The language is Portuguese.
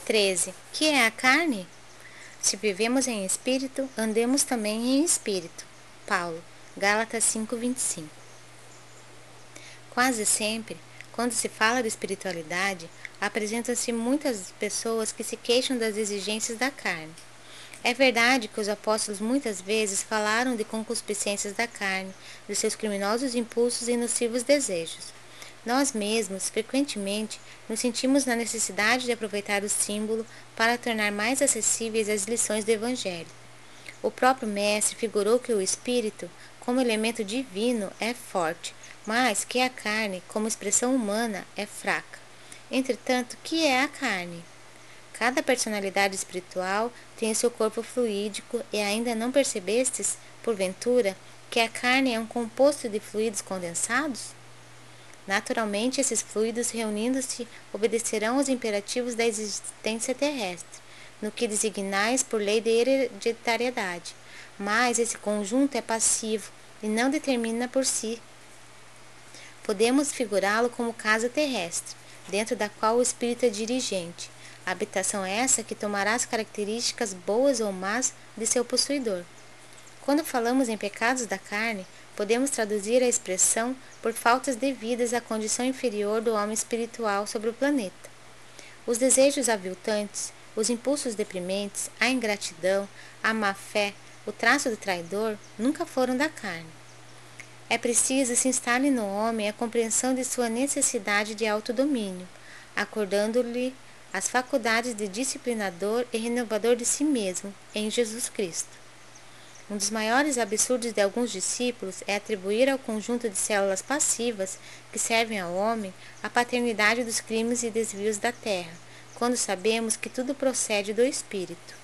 13. Que é a carne? Se vivemos em espírito, andemos também em espírito. Paulo, Gálatas 5:25. Quase sempre, quando se fala de espiritualidade, apresentam-se muitas pessoas que se queixam das exigências da carne. É verdade que os apóstolos muitas vezes falaram de concupiscências da carne, de seus criminosos impulsos e nocivos desejos. Nós mesmos, frequentemente, nos sentimos na necessidade de aproveitar o símbolo para tornar mais acessíveis as lições do Evangelho. O próprio Mestre figurou que o Espírito, como elemento divino, é forte, mas que a carne, como expressão humana, é fraca. Entretanto, que é a carne? Cada personalidade espiritual tem o seu corpo fluídico e ainda não percebestes, porventura, que a carne é um composto de fluidos condensados? Naturalmente, esses fluidos, reunindo-se, obedecerão aos imperativos da existência terrestre, no que designais por lei de hereditariedade. Mas esse conjunto é passivo e não determina por si. Podemos figurá-lo como casa terrestre, dentro da qual o espírito é dirigente, habitação essa que tomará as características boas ou más de seu possuidor. Quando falamos em pecados da carne, podemos traduzir a expressão por faltas devidas à condição inferior do homem espiritual sobre o planeta. Os desejos aviltantes, os impulsos deprimentes, a ingratidão, a má-fé, o traço do traidor nunca foram da carne. É preciso se instale no homem a compreensão de sua necessidade de autodomínio, acordando-lhe as faculdades de disciplinador e renovador de si mesmo, em Jesus Cristo. Um dos maiores absurdos de alguns discípulos é atribuir ao conjunto de células passivas que servem ao homem a paternidade dos crimes e desvios da terra, quando sabemos que tudo procede do Espírito.